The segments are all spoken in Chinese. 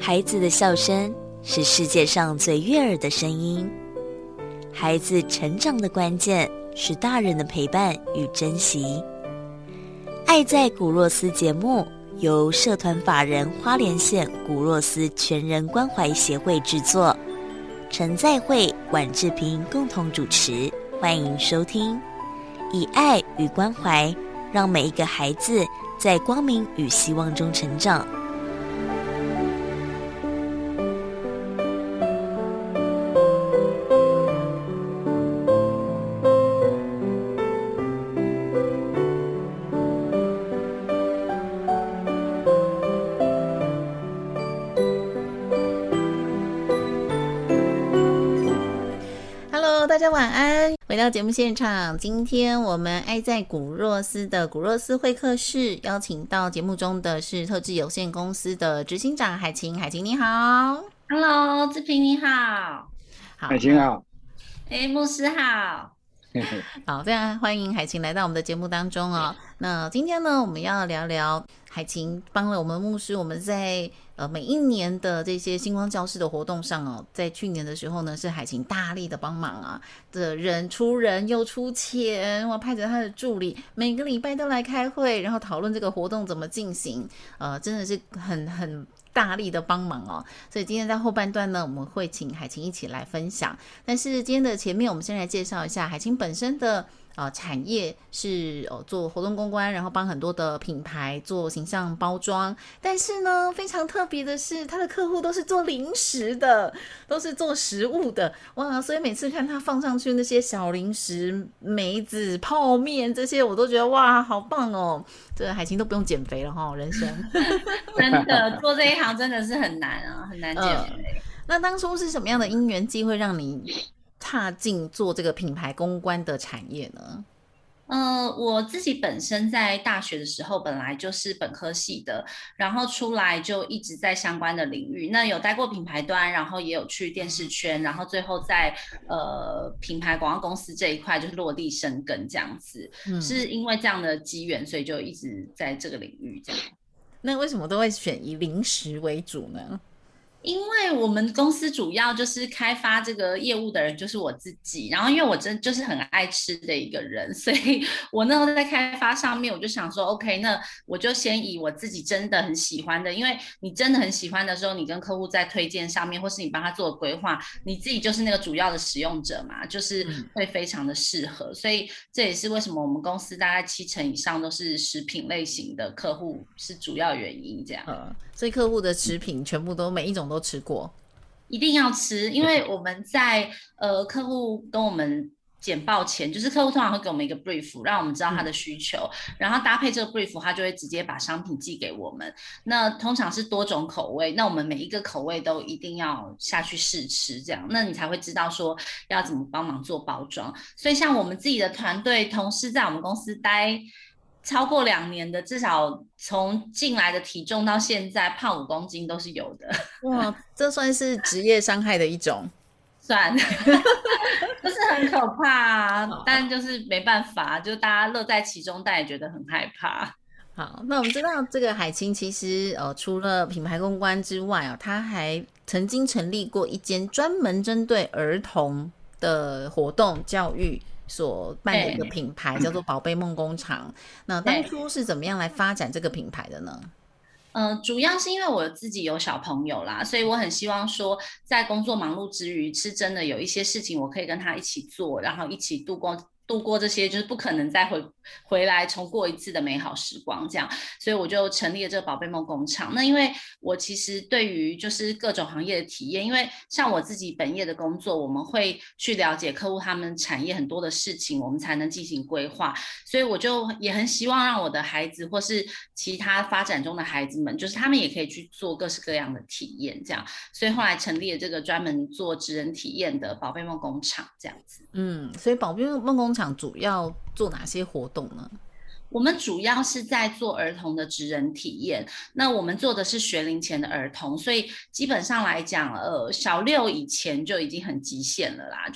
孩子的笑声是世界上最悦耳的声音。孩子成长的关键是大人的陪伴与珍惜。爱在古若斯节目由社团法人花莲县古若斯全人关怀协会制作，陈再慧、婉志平共同主持，欢迎收听。以爱与关怀，让每一个孩子在光明与希望中成长。 大家晚安，回到节目现场。今天我们爱在古若斯的古若斯会客室邀请到节目中的是特制有限公司的执行长海晴。海晴你好。 Hello， 志平你好。 海晴好。 牧师好。 好，非常欢迎海晴来到我们的节目当中哦。那今天呢，我们要聊聊海晴帮了我们牧师，我们在每一年的这些星光教室的活动上哦，在去年的时候呢，是海晴大力的帮忙啊，的人出人又出钱，我派着他的助理每个礼拜都来开会，然后讨论这个活动怎么进行，真的是很大力的帮忙哦。所以今天在后半段呢，我们会请海晴一起来分享。但是今天的前面，我们先来介绍一下海晴本身的产业是做活动公关，然后帮很多的品牌做形象包装。但是呢，非常特别的是，他的客户都是做零食的，都是做食物的。哇！所以每次看他放上去那些小零食、梅子、泡面这些，我都觉得哇，好棒哦！这个海晴都不用减肥了哈，人生真的做这一行真的是很难啊，很难减肥。 那当初是什么样的因缘机会让你踏进做这个品牌公关的产业呢？ 我自己本身在大学的时候本来就是本科系的，然后出来就一直在相关的领域，那有待过品牌端，然后也有去电视圈，然后最后在品牌广告公司这一块就是落地生根这样子。是因为这样的机缘，所以就一直在这个领域这样。 那为什么都会选以零食为主呢？ 因为我们公司主要就是开发这个业务的人就是我自己，然后因为我真就是很爱吃的一个人，所以我那时候在开发上面我就想说 OK， 那我就先以我自己真的很喜欢的，因为你真的很喜欢的时候，你跟客户在推荐上面或是你帮他做规划，你自己就是那个主要的使用者嘛，就是会非常的适合。所以这也是为什么我们公司大概70%以上都是食品类型的客户是主要原因这样。 所以客户的食品全部都每一种都吃过， 一定要吃，因为我们在客户跟我们简报前，就是客户通常会给我们一个 brief， 让我们知道他的需求，然后搭配这个 brief， 他就会直接把商品寄给我们。那通常是多种口味，那我们每一个口味都一定要下去试吃，这样，那你才会知道说要怎么帮忙做包装。所以像我们自己的团队同事在我们公司待超过2年的，至少从进来的体重到现在胖5公斤都是有的。 哇，这算是职业伤害的一种， 算就是很可怕啊，但就是没办法，就大家乐在其中，但也觉得很害怕。 好，那我们知道这个海晴其实除了品牌公关之外他还曾经成立过一间专门针对儿童的活动教育所办的一个品牌，叫做宝贝梦工厂。那当初是怎么样来发展这个品牌的呢？ 主要是因为我自己有小朋友啦，所以我很希望说在工作忙碌之余，是真的有一些事情我可以跟他一起做，然后一起度过这些就是不可能再回来重过一次的美好时光这样，所以我就成立了这个宝贝梦工厂。那因为我其实对于就是各种行业的体验，因为像我自己本业的工作，我们会去了解客户他们产业很多的事情，我们才能进行规划，所以我就也很希望让我的孩子或是其他发展中的孩子们，就是他们也可以去做各式各样的体验这样，所以后来成立了这个专门做职人体验的宝贝梦工厂这样子。 所以宝贝梦工厂主要做哪些活动呢？ 我们主要是在做儿童的职人体验，那我们做的是学龄前的儿童，所以基本上来讲小6以前就已经很极限了啦，就是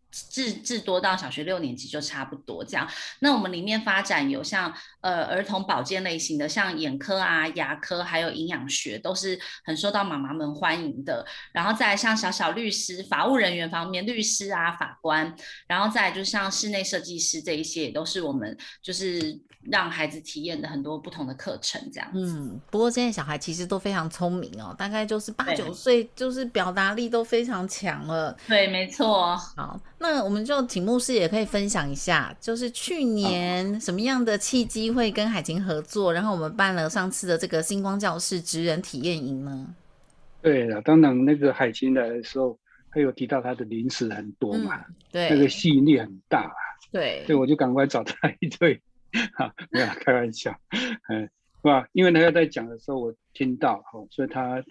至多到小学6年级就差不多这样。那我们里面发展有像儿童保健类型的，像眼科啊、牙科，还有营养学，都是很受到妈妈们欢迎的。然后再来像小律师、法务人员方面，律师啊、法官，然后再来就像室内设计师这一些，也都是我们就是让孩子体验的很多不同的课程这样子。 不过现在小孩其实都非常聪明哦，大概就是8、9岁，就是表达力都非常强了。 对，没错。 好，那我们就请牧师也可以分享一下，就是去年什么样的契机会跟海晴合作，然后我们办了上次的这个星光教室职人体验营呢？ 对了，当然那个海晴来的时候，他有提到他的零食很多嘛， 对， 那个吸引力很大， 对， 所以我就赶快找他一对，没有开玩笑，是吧？因为他在讲的时候，我听到，所以他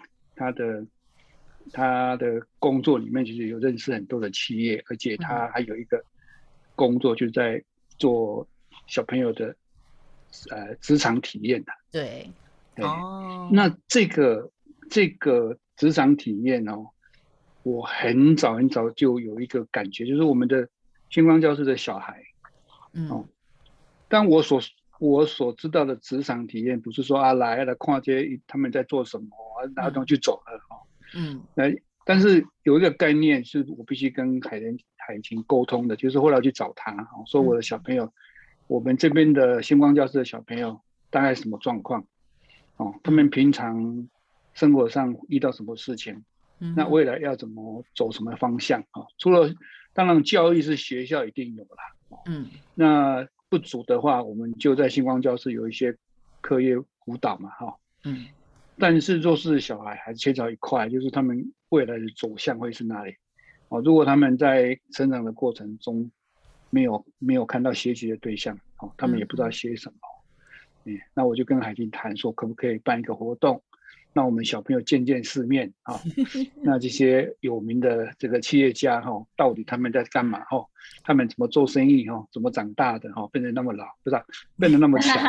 的工作里面其实有认识很多的企业，而且他还有一个工作就是在做小朋友的职场体验的。 对， 那这个职场体验我很早就有一个感觉，就是我们的星光教室的小孩，但我所知道的职场体验，不是说来看这他们在做什么，然后就走了但是有一个概念是我必须跟海晴沟通的，就是后来去找他，说我的小朋友，我们这边的星光教室的小朋友大概什么状况，他们平常生活上遇到什么事情，那未来要怎么走什么方向除了当然教育是学校一定有啦，那不足的话，我们就在星光教室有一些课业辅导嘛但是弱势小孩还是缺少一块，就是他们未来的走向会是哪里如果他们在成长的过程中没有看到学习的对象他们也不知道学什么那我就跟海晴谈说，可不可以办一个活动，让我们小朋友见见世面那这些有名的这个企业家到底他们在干嘛他们怎么做生意怎么长大的变成那么老，不是变得那么强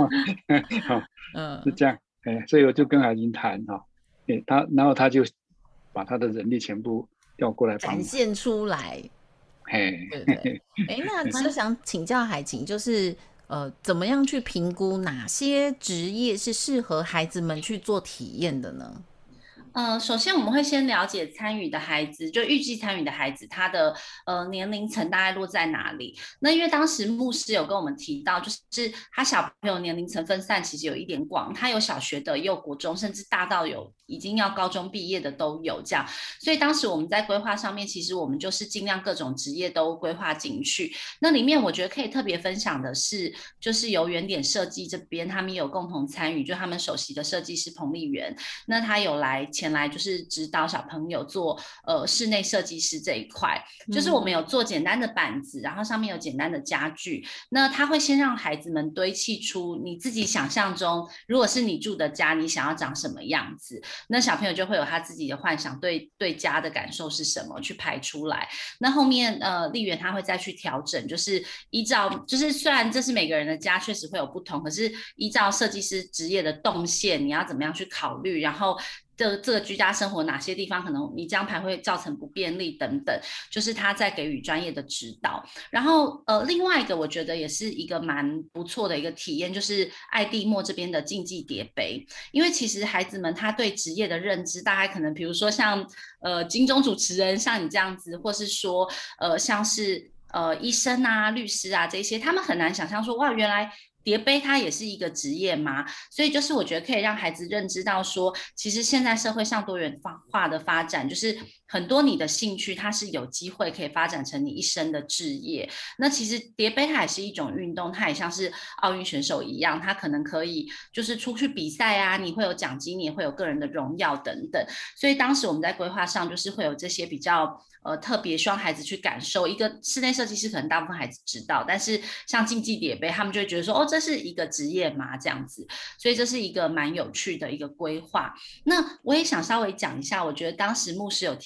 是这样所以我就跟海晴谈然后他就把他的人力全部调过来展现出来。对那就想请教海晴，就是怎么样去评估哪些职业是适合孩子们去做体验的呢？ 首先我们会先了解参与的孩子，就预计参与的孩子，他的年龄层大概落在哪里。那因为当时牧师有跟我们提到，就是他小朋友年龄层分散其实有一点广，他有小学的，也有国中，甚至大到有已经要高中毕业的都有这样。所以当时我们在规划上面，其实我们就是尽量各种职业都规划进去。那里面我觉得可以特别分享的是，就是由原点设计这边他们也有共同参与，就他们首席的设计师彭丽媛，那他有前来就是指导小朋友做室内设计师这一块，就是我们有做简单的板子，然后上面有简单的家具，那他会先让孩子们堆砌出你自己想象中，如果是你住的家，你想要长什么样子，那小朋友就会有他自己的幻想，对家的感受是什么，去排出来。那后面丽媛他会再去调整，就是依照就是虽然这是每个人的家确实会有不同，可是依照设计师职业的动线，你要怎么样去考虑，然后这个居家生活哪些地方可能你这样排会造成不便利等等，就是他在给予专业的指导。然后另外一个我觉得也是一个蛮不错的一个体验，就是爱地墨这边的竞技叠杯，因为其实孩子们他对职业的认知大概可能比如说像金钟主持人像你这样子，或是说像是医生啊律师啊这些，他们很难想象说哇原来叠杯它也是一个职业吗？所以就是我觉得可以让孩子认知到说，其实现在社会上多元化的发展，就是很多你的兴趣它是有机会可以发展成你一生的志业。那其实叠杯它也是一种运动，它也像是奥运选手一样，它可能可以就是出去比赛啊，你会有奖金，你也会有个人的荣耀等等。所以当时我们在规划上就是会有这些比较特别希望孩子去感受。一个室内设计师可能大部分孩子知道，但是像竞技叠杯他们就会觉得说哦这是一个职业嘛这样子，所以这是一个蛮有趣的一个规划。那我也想稍微讲一下，我觉得当时牧师有提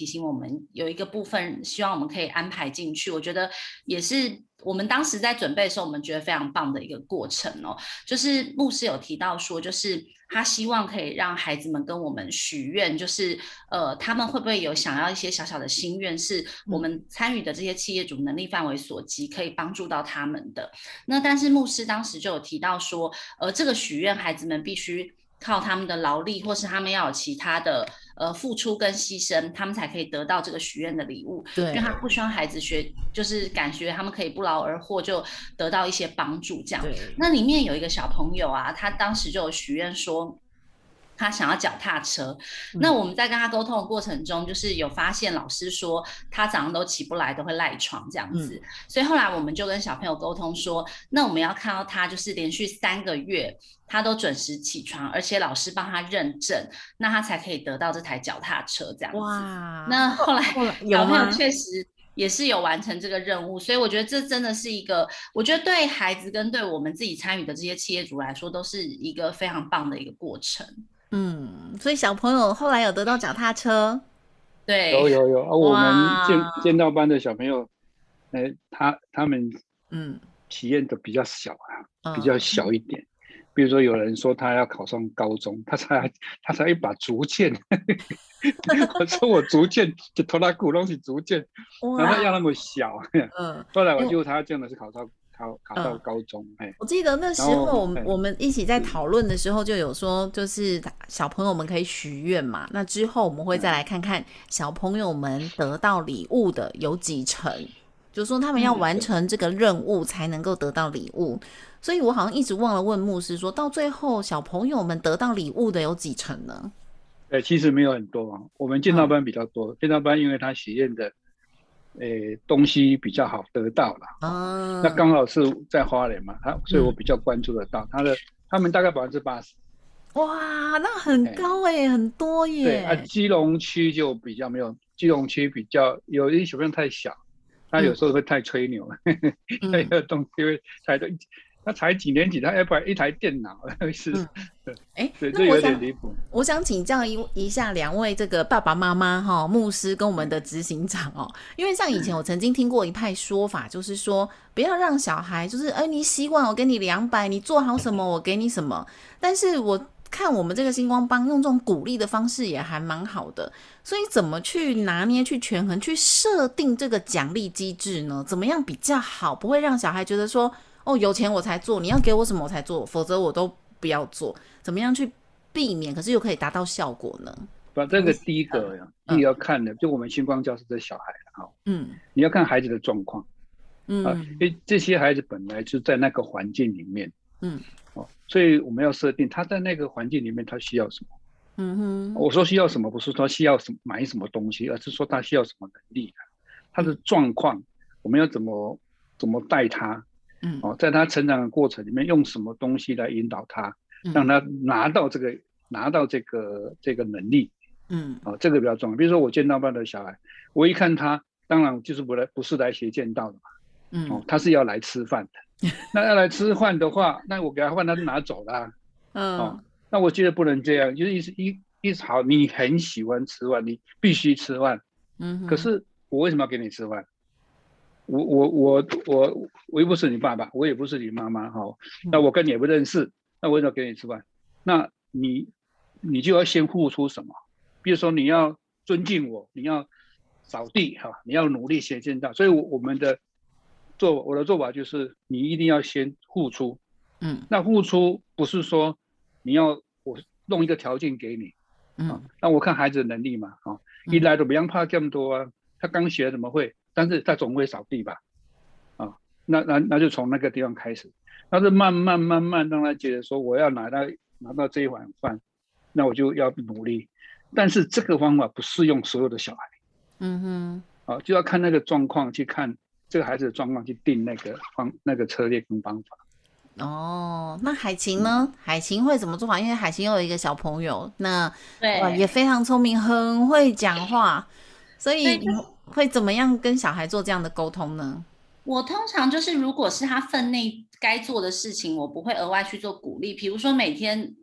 醒我们有一个部分希望我们可以安排进去，我觉得也是我们当时在准备的时候我们觉得非常棒的一个过程哦。就是牧师有提到说，就是他希望可以让孩子们跟我们许愿，就是他们会不会有想要一些小小的心愿，是我们参与的这些企业主能力范围所及，可以帮助到他们的。那但是牧师当时就有提到说，这个许愿孩子们必须靠他们的劳力，或是他们要有其他的付出跟牺牲，他们才可以得到这个许愿的礼物。 对， 因为他不希望孩子就是感觉他们可以不劳而获就得到一些帮助这样。那里面有一个小朋友啊，他当时就有许愿说他想要脚踏车。那我们在跟他沟通的过程中，就是有发现老师说他早上都起不来，都会赖床这样子。所以后来我们就跟小朋友沟通说，那我们要看到他就是连续3个月他都准时起床，而且老师帮他认证，那他才可以得到这台脚踏车这样子。 哇， 那后来小朋友确实也是有完成这个任务，所以我觉得这真的是一个，我觉得对孩子跟对我们自己参与的这些企业主来说，都是一个非常棒的一个过程。 所以小朋友后来有得到脚踏车。 对， 有我们剑道班的小朋友，他们体验的比较小啊，比较小一点。比如说有人说他要考上高中，他才一把竹剑，我说我竹剑就拖拉鼓弄起竹剑，然后要那么小，后来我就他真的是考到高中。 我记得那时候我们一起在讨论的时候就有说，就是小朋友们可以许愿嘛，那之后我们会再来看看小朋友们得到礼物的有几成，就是说他们要完成这个任务才能够得到礼物。所以我好像一直忘了问牧师说，到最后小朋友们得到礼物的有几成呢？ 其实没有很多，我们剑道班比较多。剑道班因为他许愿的东西比较好得到了，那刚好是在花莲嘛，所以我比较关注得到他们大概80%。 哇，那很高很多耶。 对基隆区就比较没有，基隆区比较有一些小朋友太小，他有时候会太吹牛，那个东西会太多。他才几年级，他要不然一台电脑是，对，这有点离谱。 我想请教一下两位这个爸爸妈妈牧师跟我们的执行长因为像以前我曾经听过一派说法，就是说不要让小孩就是你习惯我给你200，你做好什么我给你什么。但是我看我们这个星光帮用这种鼓励的方式也还蛮好的，所以怎么去拿捏、去权衡、去设定这个奖励机制呢？怎么样比较好，不会让小孩觉得说有钱我才做，你要给我什么我才做，否则我都不要做。怎么样去避免，可是又可以达到效果呢？ 这个第一个要看的，就我们星光教室的小孩你要看孩子的状况，因为这些孩子本来就在那个环境里面，所以我们要设定他在那个环境里面他需要什么。我说需要什么，不是说需要买什么东西，而是说他需要什么能力，他的状况我们要怎么带他。在他成长的过程里面，用什么东西来引导他，让他拿到这个能力，这个比较重要。比如说我剑道班的小孩，我一看他，当然就是不是来学剑道的嘛，他是要来吃饭的。那要来吃饭的话，那我给他饭他就拿走了，那我觉得不能这样，就是意思好，你很喜欢吃饭，你必须吃饭，可是我为什么要给你吃饭？我又不是你爸爸，我也不是你妈妈，那我跟你也不认识，那我为什么给你吃饭？那你就要先付出什么？比如说你要尊敬我，你要扫地你要努力学剑道。所以我的做法就是你一定要先付出，那付出不是说你要我弄一个条件给你，那我看孩子的能力嘛，一来都不用怕这么多啊，他刚学怎么会？但是他总会扫地吧，那就从那个地方开始，那是慢慢让他觉得说我要拿到这一碗饭，那我就要努力。但是这个方法不适用所有的小孩，就要看那个状况，去看这个孩子的状况，去定那个策略跟方法。 那海晴呢？海晴会怎么做法？因为海晴又有一个小朋友，那也非常聪明，很会讲话，所以你会怎么样跟小孩做这样的沟通呢？ 我通常就是如果是他分内该做的事情，我不会额外去做鼓励。比如说每天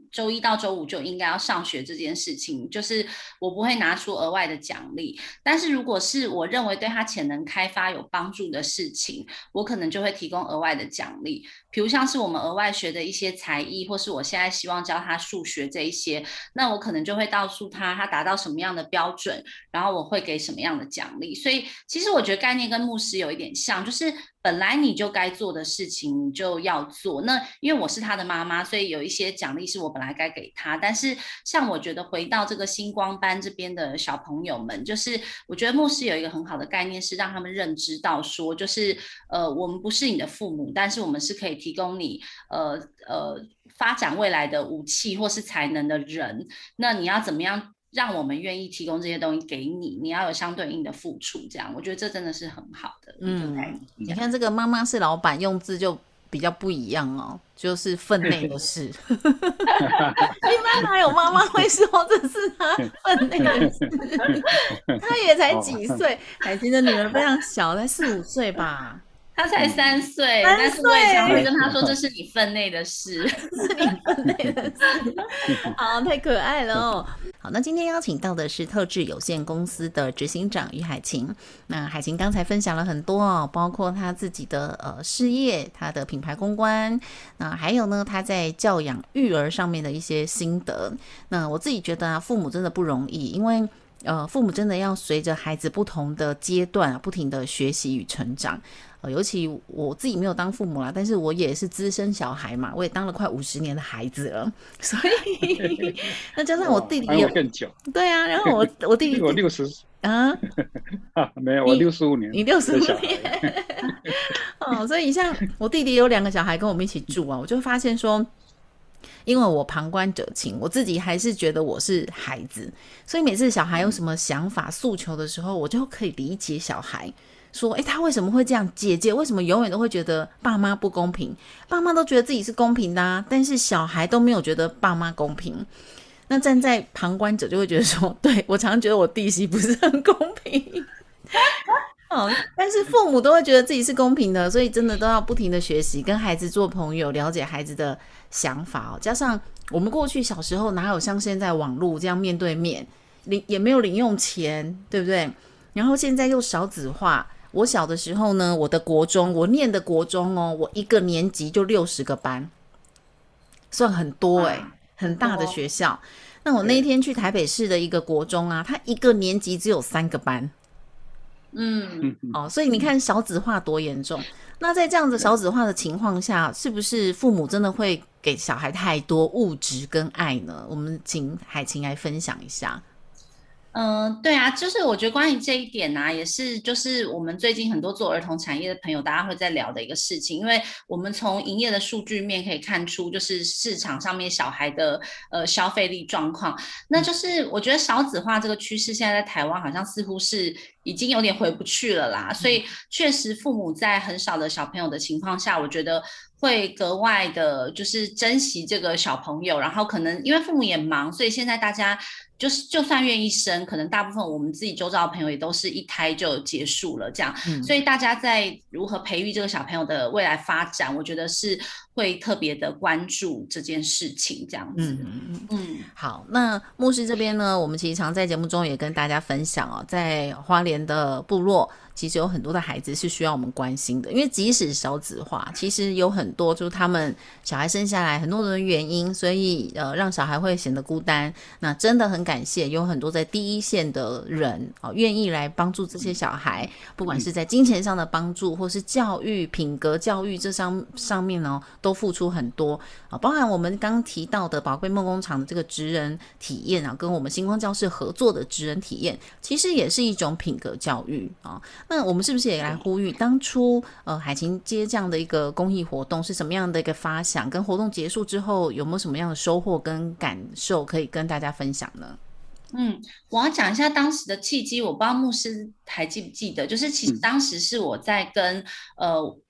周一到周五就应该要上学这件事情，就是我不会拿出额外的奖励。但是如果是我认为对他潜能开发有帮助的事情，我可能就会提供额外的奖励。比如像是我们额外学的一些才艺，或是我现在希望教他数学这一些，那我可能就会告诉他达到什么样的标准，然后我会给什么样的奖励。所以其实我觉得概念跟牧师有一点像，就是本来你就该做的事情你就要做。那因为我是他的妈妈，所以有一些奖励是我本来该给他。但是像我觉得回到这个星光班这边的小朋友们，就是我觉得牧师有一个很好的概念，是让他们认知到说，就是我们不是你的父母，但是我们是可以提供你发展未来的武器或是才能的人。那你要怎么样让我们愿意提供这些东西给你，你要有相对应的付出，这样我觉得这真的是很好的一个概念。 你看这个妈妈是老板用字就比较不一样哦，就是分内的事。一般哪有妈妈会说这是她分内的事？她也才几岁，海晴的女儿非常小，才4、5岁吧。 他才3岁，但是我也常会跟他说，这是你分内的事， 是你分内的事。好，太可爱了哦。好，那今天邀请到的是特质有限公司的执行长于海晴。那海晴刚才分享了很多哦，包括他自己的事业，他的品牌公关，那还有呢他在教养育儿上面的一些心得。那我自己觉得啊，父母真的不容易，因为父母真的要随着孩子不同的阶段不停的学习与成长。尤其我自己没有当父母啦，但是我也是资深小孩嘛，我也当了快50年的孩子了，所以那加上我弟弟也更久， 对啊，然后我弟弟我60 啊没有，我65年， 你65年所以像我弟弟有2个小孩跟我们一起住啊，我就发现说，因为我旁观者清，我自己还是觉得我是孩子，所以每次小孩有什么想法诉求的时候，我就可以理解小孩说他为什么会这样，姐姐为什么永远都会觉得爸妈不公平，爸妈都觉得自己是公平的啊，但是小孩都没有觉得爸妈公平。那站在旁观者就会觉得说，对，我常常觉得我弟媳不是很公平但是父母都会觉得自己是公平的，所以真的都要不停的学习，跟孩子做朋友，了解孩子的想法加上我们过去小时候哪有像现在网络这样面对面，也没有零用钱，对不对？然后现在又少子化，我小的时候呢，我念的国中我1个年级就60个班，算很多很大的学校。那我那一天去台北市的一个国中啊，它1个年级只有3个班。所以你看少子化多严重。那在这样子少子化的情况下，是不是父母真的会给小孩太多物质跟爱呢？我们请海晴来分享一下。 对啊，就是我觉得关于这一点也是就是我们最近很多做儿童产业的朋友大家会在聊的一个事情，因为我们从营业的数据面可以看出，就是市场上面小孩的消费力状况。那就是我觉得少子化这个趋势现在在台湾好像似乎是已经有点回不去了啦，所以确实父母在很少的小朋友的情况下，我觉得会格外的就是珍惜这个小朋友，然后可能因为父母也忙，所以现在大家就算愿意生，可能大部分我们自己周遭的朋友也都是一胎就结束了这样，所以大家在如何培育这个小朋友的未来发展，我觉得是会特别的关注这件事情这样子。 好，那牧师这边呢，我们其实常在节目中也跟大家分享在花莲的部落其实有很多的孩子是需要我们关心的，因为即使少子化，其实有很多就是他们小孩生下来很多的原因，所以让小孩会显得孤单。那真的很感谢有很多在第一线的人愿意来帮助这些小孩，不管是在金钱上的帮助，或是教育、品格教育这上面呢，都付出很多包含我们刚提到的宝贵梦工厂的这个职人体验跟我们星光教室合作的职人体验，其实也是一种品格教育那我们是不是也来呼吁，当初海晴接这样的一个公益活动是什么样的一个发想，跟活动结束之后有没有什么样的收获跟感受可以跟大家分享呢？ 我要讲一下当时的契机，我不知道牧师还记不记得，就是其实当时是我在跟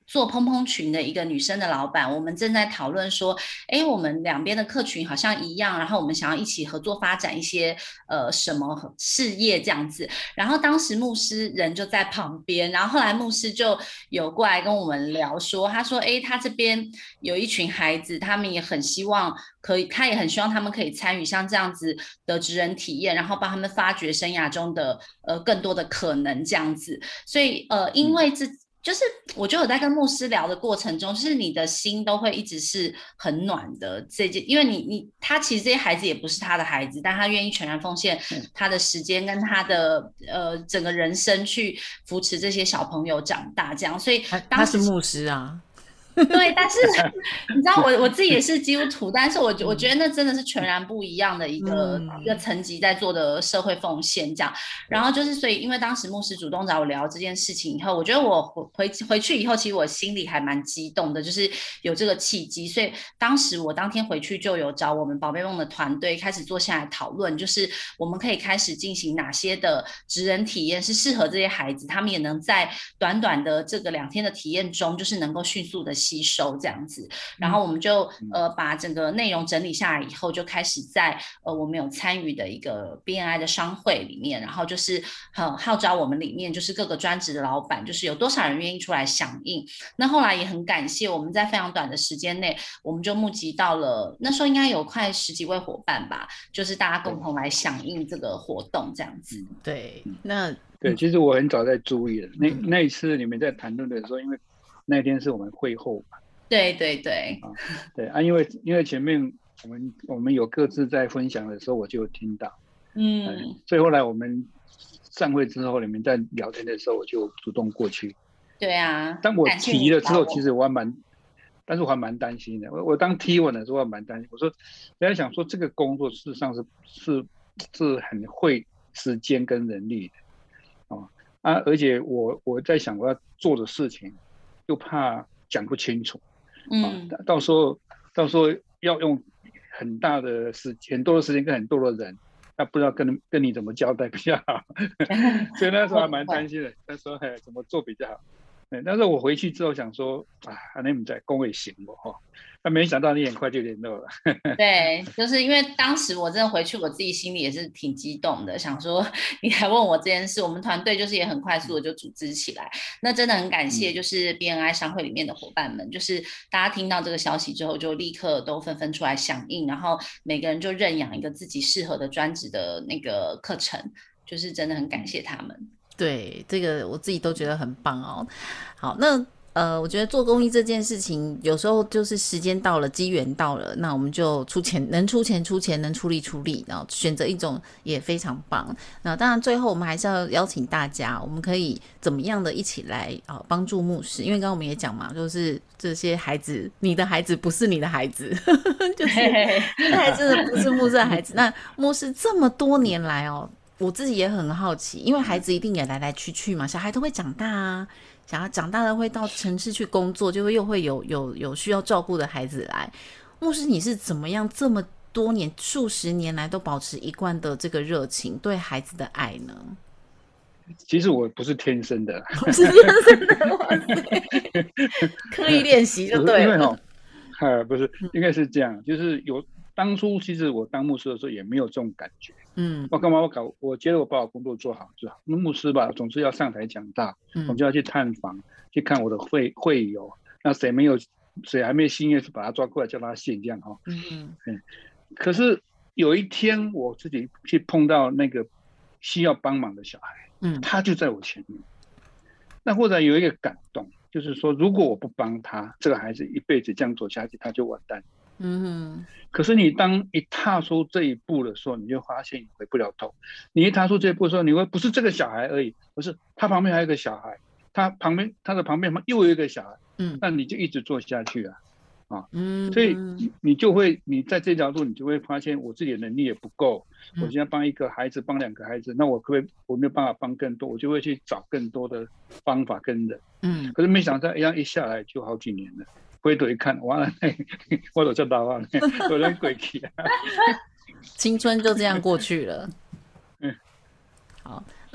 做蓬蓬裙的一个女生的老板，我们正在讨论说，我们两边的客群好像一样，然后我们想要一起合作发展一些什么事业这样子。然后当时牧师人就在旁边，然后后来牧师就有过来跟我们聊说，他说，他这边有一群孩子，他们也很希望他也很希望他们可以参与像这样子的职人体验，然后帮他们发掘生涯中的更多的可能这样子。所以因为就是我觉得我在跟牧师聊的过程中，就是你的心都会一直是很暖的。因为他其实这些孩子也不是他的孩子，但他愿意全然奉献他的时间跟他的整个人生去扶持这些小朋友长大，这样。所以他是牧师啊。 对，但是你知道我自己也是基督徒，但是我觉得那真的是全然不一样的一个层级在做的社会奉献这样。然后就是所以因为当时牧师主动找我聊这件事情以后，我觉得我回去以后，其实我心里还蛮激动的，就是有这个契机。所以当时我当天回去就有找我们宝贝梦的团队开始坐下来讨论，就是我们可以开始进行哪些的职人体验是适合这些孩子，他们也能在短短的这个2天的体验中，就是能够迅速的吸收这样子。然后我们就把整个内容整理下来以后，就开始在我们有参与的一个 BNI 的商会里面，然后就是号召我们里面就是各个专职的老板，就是有多少人愿意出来响应。那后来也很感谢我们在非常短的时间内，我们就募集到了那时候应该有快10几位伙伴吧，就是大家共同来响应这个活动这样子。 对， 对，其实我很早在注意了。那一次你们在谈论的时候，因为那天是我们会后嘛。 对因为前面我们有各自在分享的时候，我就有听到，所以后来我们散会之后，你们在聊天的时候，我就主动过去。 对啊， 当我提了之后，其实但是我还蛮担心的。我当提完的时候，我还蛮担心。我说，大家想说这个工作事实上是很会时间跟人力的，而且我在想我要做的事情，又怕讲不清楚。到时候要用很多的时间跟很多的人，那不知道跟你怎么交代比较好。所以那时候还蛮担心的，那时候怎么做比较好。但是我回去之后想说，你们在工会行了但没想到你很快就联络了。 对，就是因为当时我真的回去，我自己心里也是挺激动的，想说你来问我这件事，我们团队就是也很快速的就组织起来。那真的很感谢，就是 BNI 商会里面的伙伴们，就是大家听到这个消息之后，就立刻都纷纷出来响应，然后每个人就认养一个自己适合的专职的那个课程，就是真的很感谢他们。 对，这个我自己都觉得很棒哦。好，那我觉得做公益这件事情，有时候就是时间到了，机缘到了，那我们就出钱，能出钱出钱，能出力出力，然后选择一种也非常棒。那当然，最后我们还是要邀请大家，我们可以怎么样的一起来帮助牧师？因为刚刚我们也讲嘛，就是这些孩子，你的孩子不是你的孩子，就是孩子不是牧师的孩子。那牧师这么多年来我自己也很好奇，因为孩子一定也来来去去嘛，小孩都会长大啊，小孩长大了会到城市去工作，就会又会有需要照顾的孩子来。牧师，你是怎么样这么多年数十年来都保持一贯的这个热情对孩子的爱呢？ 其实我不是天生的， 不是天生的，哇塞，刻意练习就对了。 因为不是，应该是这样，就是当初其实我当牧师的时候也没有这种感觉。我干嘛我觉得我把我工作做好就好。那牧师吧，总是要上台讲道，我就要去探访，去看我的会友。那谁还没信耶稣，把他抓过来叫他信，这样可是有一天我自己去碰到那个需要帮忙的小孩，他就在我前面。那忽然有一个感动，就是说，如果我不帮他，这个孩子一辈子这样走下去，他就完蛋。可是你当一踏出这一步的时候，你就发现你回不了头。你一踏出这一步的时候，你会不是这个小孩而已，不是他旁边还有一个小孩，他的旁边又有一个小孩，那你就一直做下去所以你在这条路，你就会发现我自己的能力也不够。我现在帮一个孩子，帮2个孩子，那我没有办法帮更多，我就会去找更多的方法跟人。可是没想到一下来就好几年了。回头一看，完了，我都叫大话，有人鬼气啊！ 青春就这样过去了。好，那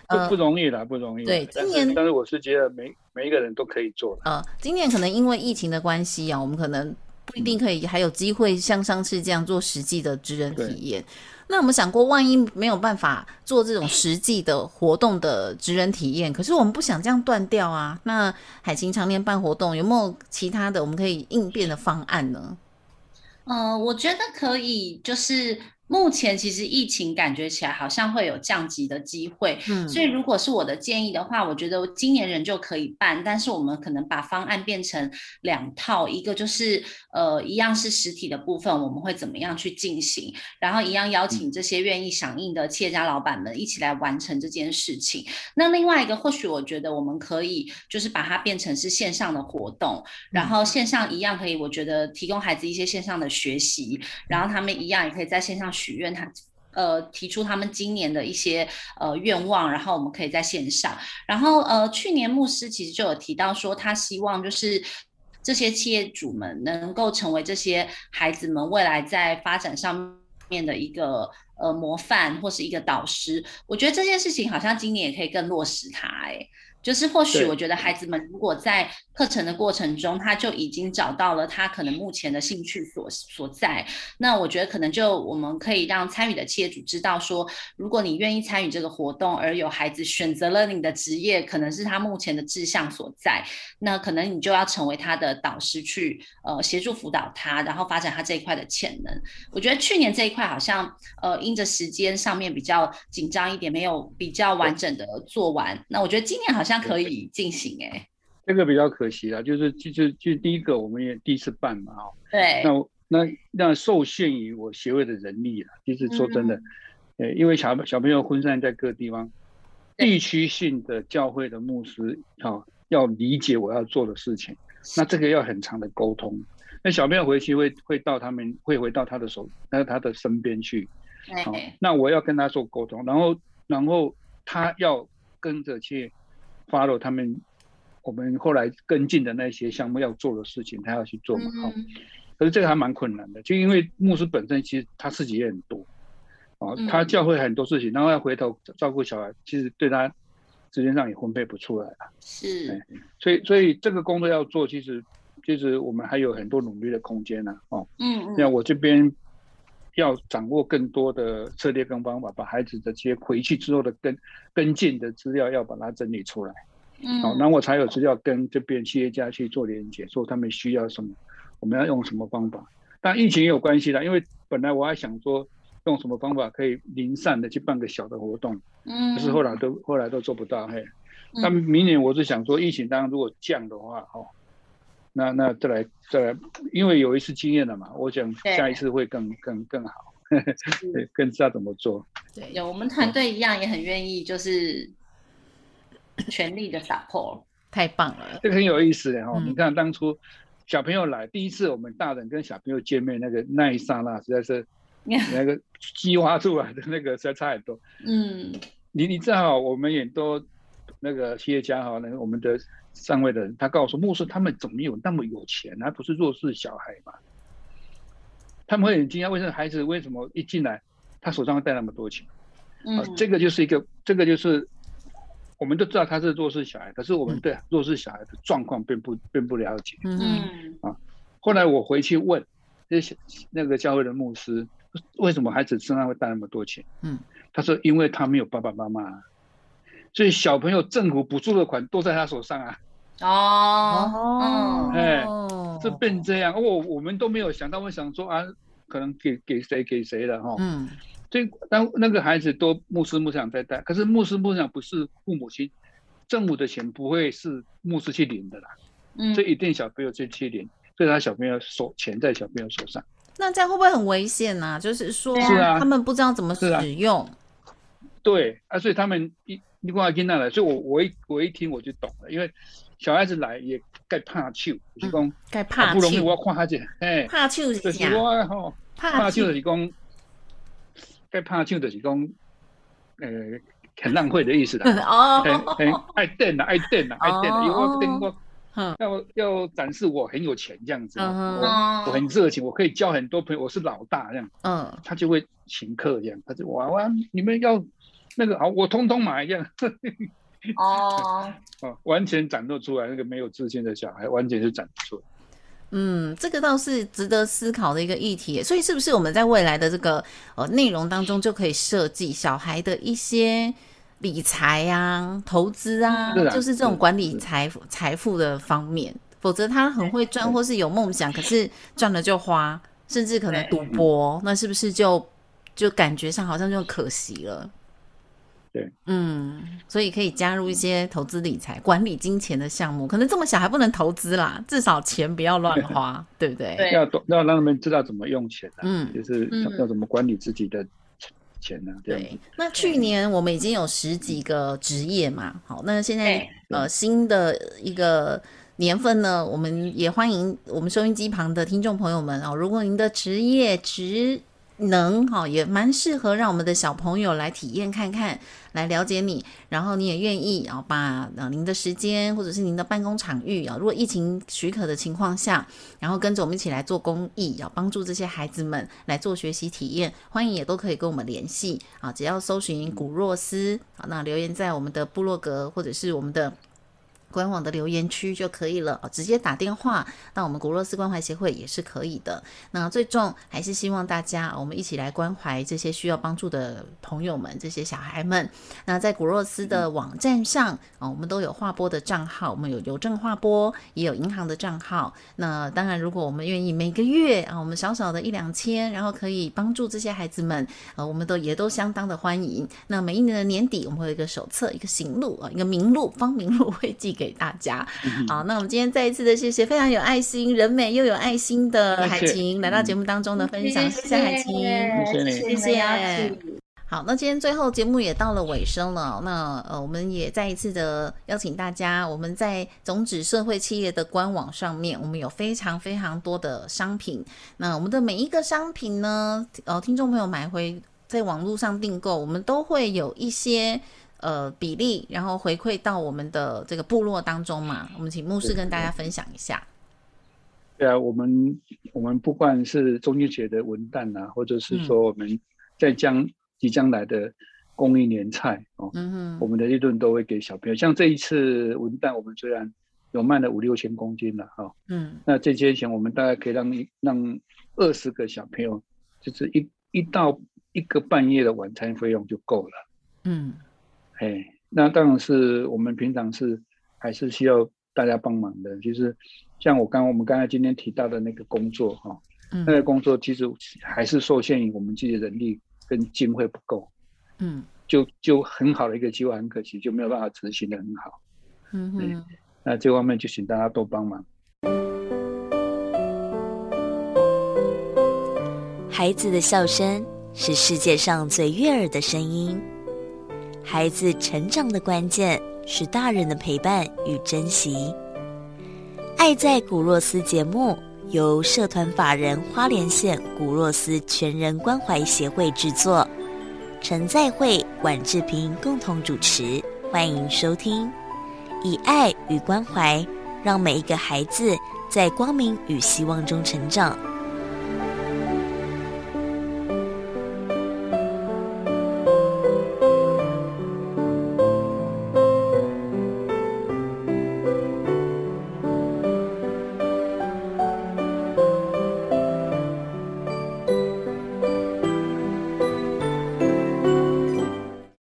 不容易啦，不容易。 对，今年但是我是觉得每一个人都可以做的。 今年可能因为疫情的关系啊，我们可能不一定可以还有机会像上次这样做实际的职人体验。那我们想过，万一没有办法做这种实际的活动的职人体验，可是我们不想这样断掉啊。那海晴常年办活动，有没有其他的我们可以应变的方案呢？ 我觉得可以，就是目前其实疫情感觉起来好像会有降级的机会，所以如果是我的建议的话，我觉得今年仍旧可以办，但是我们可能把方案变成2套，一个就是一样是实体的部分，我们会怎么样去进行，然后一样邀请这些愿意响应的企业家老板们一起来完成这件事情。那另外一个，或许我觉得我们可以就是把它变成是线上的活动，然后线上一样可以，我觉得提供孩子一些线上的学习，然后他们一样也可以在线上许愿，提出他们今年的一些愿望，然后我们可以在线上。然后去年牧师其实就有提到说，他希望就是这些企业主们能够成为这些孩子们未来在发展上面的一个模范或是一个导师。我觉得这件事情好像今年也可以更落实它就是或许我觉得孩子们如果在课程的过程中他就已经找到了他可能目前的兴趣所在，那我觉得可能就我们可以让参与的企业主知道说，如果你愿意参与这个活动，而有孩子选择了你的职业可能是他目前的志向所在，那可能你就要成为他的导师去协助辅导他，然后发展他这一块的潜能。我觉得去年这一块好像因着时间上面比较紧张一点，没有比较完整的做完，那我觉得今年好像可以进行这个比较可惜啦，就是第一个我们也第一次办嘛对， 那受限于我协会的人力啦，其实说真的，因为小朋友分散在各地方，地区性的教会的牧师要理解我要做的事情，那这个要很长的沟通。那小朋友回去会回到他的身边去，那我要跟他做沟通，然后他要跟着去 follow 我们后来跟进的那些项目要做的事情，他要去做嘛。可是这个还蛮困难的，就因为牧师本身其实他自己也很多他教会很多事情，然后要回头照顾小孩，其实对他时间上也分配不出来了。 是， 所以这个工作要做，其实我们还有很多努力的空间那我这边要掌握更多的策略跟方法，把孩子的这些回去之后的跟进的资料要把它整理出来。然后我才有资料跟这边企业家去做连结，说他们需要什么，我们要用什么方法。但疫情也有关系啦，因为本来我还想说用什么方法可以零散的去办个小的活动，可是后来都做不到。但明年我是想说，疫情当然如果降的话，那再来，因为有一次经验了嘛，我想下一次会更好，更知道怎么做。 对，有我们团队一样也很愿意，就是全力的 support， 太棒了， 这个很有意思的你看当初小朋友来第一次，我们大人跟小朋友见面那一刹那，实在是那个激发出来的那个实在差很多。你知道我们也都那个企业家我们的上位的人，他告诉牧师，他们怎么有那么有钱还不是弱势小孩嘛？他们会很惊讶，为什么孩子为什么一进来他手上会带那么多钱？这个就是我们都知道他是弱势小孩，可是我们对弱势小孩的状况并不了解。后来我回去问那个教会的牧师，为什么孩子身上会带那么多钱？他说因为他没有爸爸妈妈，所以小朋友政府补助的款都在他手上是变这样。我们都没有想到，我想说可能给谁了所以当那个孩子都牧师牧长在带，可是牧师牧长不是父母亲，政府的钱不会是牧师去领的啦，所以一定小朋友去领，所以他小朋友钱在小朋友手上。 那这样会不会很危险啊？就是说他们不知道怎么使用。 对所以他们你跟他跟他来，所以我一听我就懂了，因为小孩子来也该怕手，就是讲该怕不容易我看他这怕手是啥？怕手就是讲该怕手就是讲很浪费的意思啦。爱电啦，因为我要展示我很有钱这样子，我很热情，我可以交很多朋友，我是老大这样，他就会请客这样，他就哇你们要那个好，我通通买这样。完全展露出来，那个没有自信的小孩完全是展出来。 这个倒是值得思考的一个议题，所以是不是我们在未来的这个内容当中就可以设计小孩的一些理财啊、投资啊，就是这种管理财富的方面，否则他很会赚或是有梦想，可是赚了就花，甚至可能赌博，那是不是就感觉上好像就可惜了？ 对， 所以可以加入一些投资理财、管理金钱的项目。可能这么小还不能投资啦，至少钱不要乱花，对不对？ 要让他们知道怎么用钱就是要怎么管理自己的钱对，那去年我们已经有10几个职业嘛，好，那现在新的一个年份呢，我们也欢迎我们收音机旁的听众朋友们如果您的职业职能也蛮适合让我们的小朋友来体验看看，来了解你，然后你也愿意把您的时间或者是您的办公场域如果疫情许可的情况下，然后跟着我们一起来做公益，帮助这些孩子们来做学习体验，欢迎也都可以跟我们联系只要搜寻古若斯那留言在我们的部落格或者是我们的官网的留言区就可以了，直接打电话到我们古若斯关怀协会也是可以的。那最终还是希望大家我们一起来关怀这些需要帮助的朋友们，这些小孩们。那在古若斯的网站上我们都有划拨的账号，我们有邮政划拨，也有银行的账号。那当然如果我们愿意每个月我们少少的1-2千，然后可以帮助这些孩子们我们也都相当的欢迎。那每一年的年底我们会有一个手册，一个行路一个名录，方名录会寄给大家。好，那我们今天再一次的谢谢非常有爱心、人美又有爱心的海晴来到节目当中的分享，谢谢海晴，谢谢。好，那今天最后节目也到了尾声了，那我们也再一次的邀请大家，我们在种子社会企业的官网上面，我们有非常非常多的商品。那我们的每一个商品呢，听众朋友买回在网络上订购，我们都会有一些比例，然后回馈到我们的这个部落当中嘛。我们请牧师跟大家分享一下。 对啊，我们不管是中秋节的文旦或者是说我们在即将来的公益年菜我们的利润都会给小朋友。像这一次文旦，我们虽然有卖了5-6千公斤了那这些钱我们大概可以让20个小朋友，就是一到一个半夜的晚餐费用就够了。那当然是我们平常还是需要大家帮忙的。就是像我们刚才今天提到的那个工作那个工作其实还是受限于我们自己的人力跟经费不够，就很好的一个机会，很可惜就没有办法执行得很好。那这方面就请大家多帮忙。 孩子的笑声是世界上最悦耳的声音。孩子成长的关键是大人的陪伴与珍惜。爱在古若斯节目由社团法人花莲县古若斯全人关怀协会制作，陈在慧、管志平共同主持，欢迎收听。以爱与关怀，让每一个孩子在光明与希望中成长。